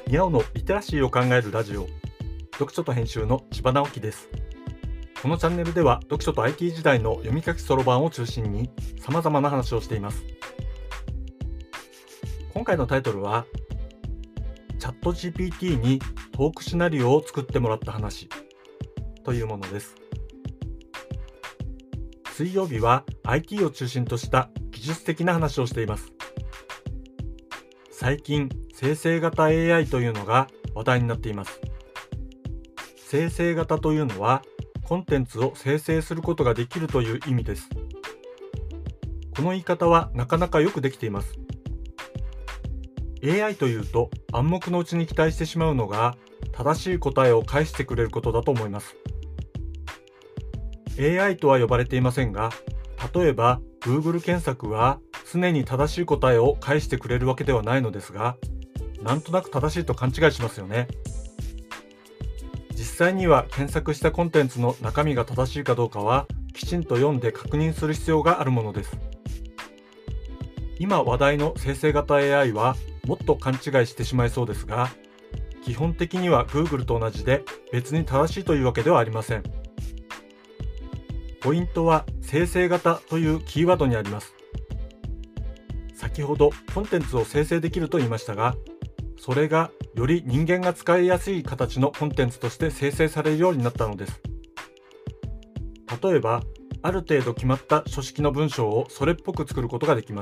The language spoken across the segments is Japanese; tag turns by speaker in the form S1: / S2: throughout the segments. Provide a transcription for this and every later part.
S1: にゃおのリテラシーを考えるラジオ、読書と編集の千葉直樹です。このチャンネルでは読書と IT 時代の読み書きそろばんを中心に様々な話をしています。今回のタイトルは、チャット GPT にトークシナリオを作ってもらった話というものです。水曜日は IT を中心とした技術的な話をしています。最近、生成型 AI というのが話題になっています。生成型というのは、コンテンツを生成することができるという意味です。この言い方はなかなかよくできています。AI というと暗黙のうちに期待してしまうのが、正しい答えを返してくれることだと思います。AI とは呼ばれていませんが、例えば Google 検索は常に正しい答えを返してくれるわけではないのですが、なんとなく正しいと勘違いしますよね。実際には検索したコンテンツの中身が正しいかどうかはきちんと読んで確認する必要があるものです。今話題の生成型 AI はもっと勘違いしてしまいそうですが、基本的には Google と同じで別に正しいというわけではありません。ポイントは生成型というキーワードにあります。先ほどコンテンツを生成できると言いましたが、それがより人間が使いやすい形のコンテンツとして生成されるようになったのです。例えば、ある程度決まった書式の文章をそれっぽく作ることができます。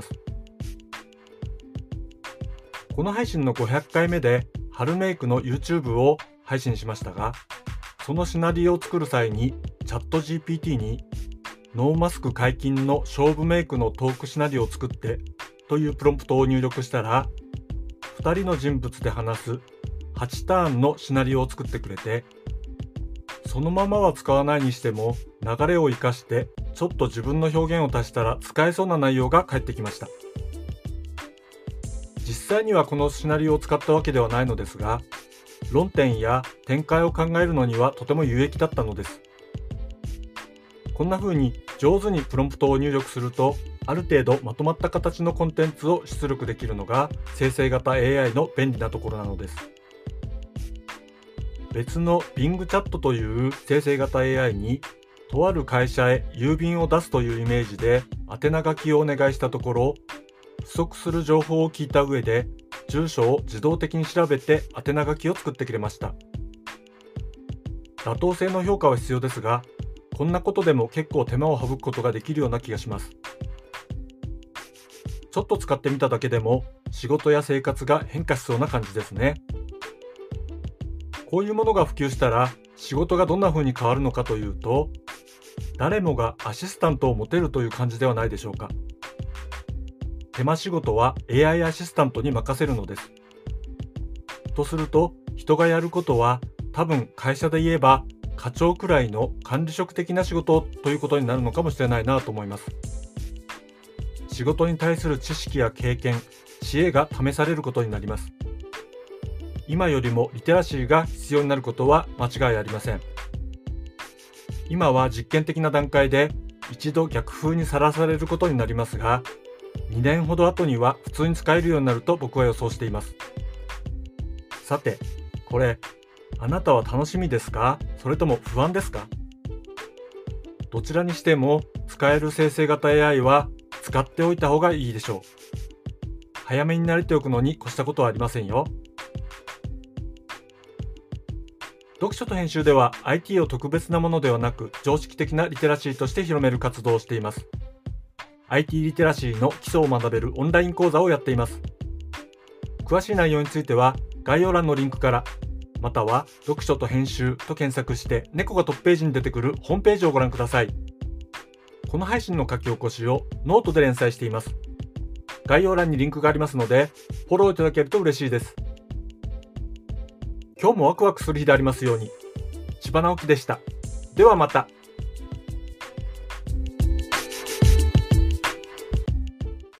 S1: この配信の500回目で春メイクの YouTube を配信しましたが、そのシナリオを作る際にチャット GPT にノーマスク解禁の勝負メイクのトークシナリオを作ってというプロンプトを入力したら、2人の人物で話す8ターンのシナリオを作ってくれて、そのままは使わないにしても流れを生かしてちょっと自分の表現を足したら使えそうな内容が返ってきました。実際にはこのシナリオを使ったわけではないのですが、論点や展開を考えるのにはとても有益だったのです。こんな風に上手にプロンプトを入力すると、ある程度まとまった形のコンテンツを出力できるのが生成型 AI の便利なところなのです。別の Bing チャットという生成型 AI に、とある会社へ郵便を出すというイメージで宛名書きをお願いしたところ、不足する情報を聞いた上で住所を自動的に調べて宛名書きを作ってくれました。妥当性の評価は必要ですが、こんなことでも結構手間を省くことができるような気がします。ちょっと使ってみただけでも仕事や生活が変化しそうな感じですね。こういうものが普及したら仕事がどんな風に変わるのかというと、誰もがアシスタントを持てるという感じではないでしょうか。手間仕事は AI アシスタントに任せるのです。とすると、人がやることは多分会社で言えば課長くらいの管理職的な仕事ということになるのかもしれないなと思います。仕事に対する知識や経験、知恵が試されることになります。今よりもリテラシーが必要になることは間違いありません。今は実験的な段階で一度逆風にさらされることになりますが、2年ほど後には普通に使えるようになると僕は予想しています。さて、これ、あなたは楽しみですか？それとも不安ですか？どちらにしても使える生成型 AI は使っておいた方がいいでしょう。早めに慣れておくのに越したことはありませんよ。読書と編集では IT を特別なものではなく常識的なリテラシーとして広める活動をしています。IT リテラシーの基礎を学べるオンライン講座をやっています。詳しい内容については概要欄のリンクから、または読書と編集と検索して猫がトップページに出てくるホームページをご覧ください。この配信の書き起こしをノートで連載しています。概要欄にリンクがありますので、フォローいただけると嬉しいです。今日もワクワクする日でありますように。千葉直樹でした。ではまた。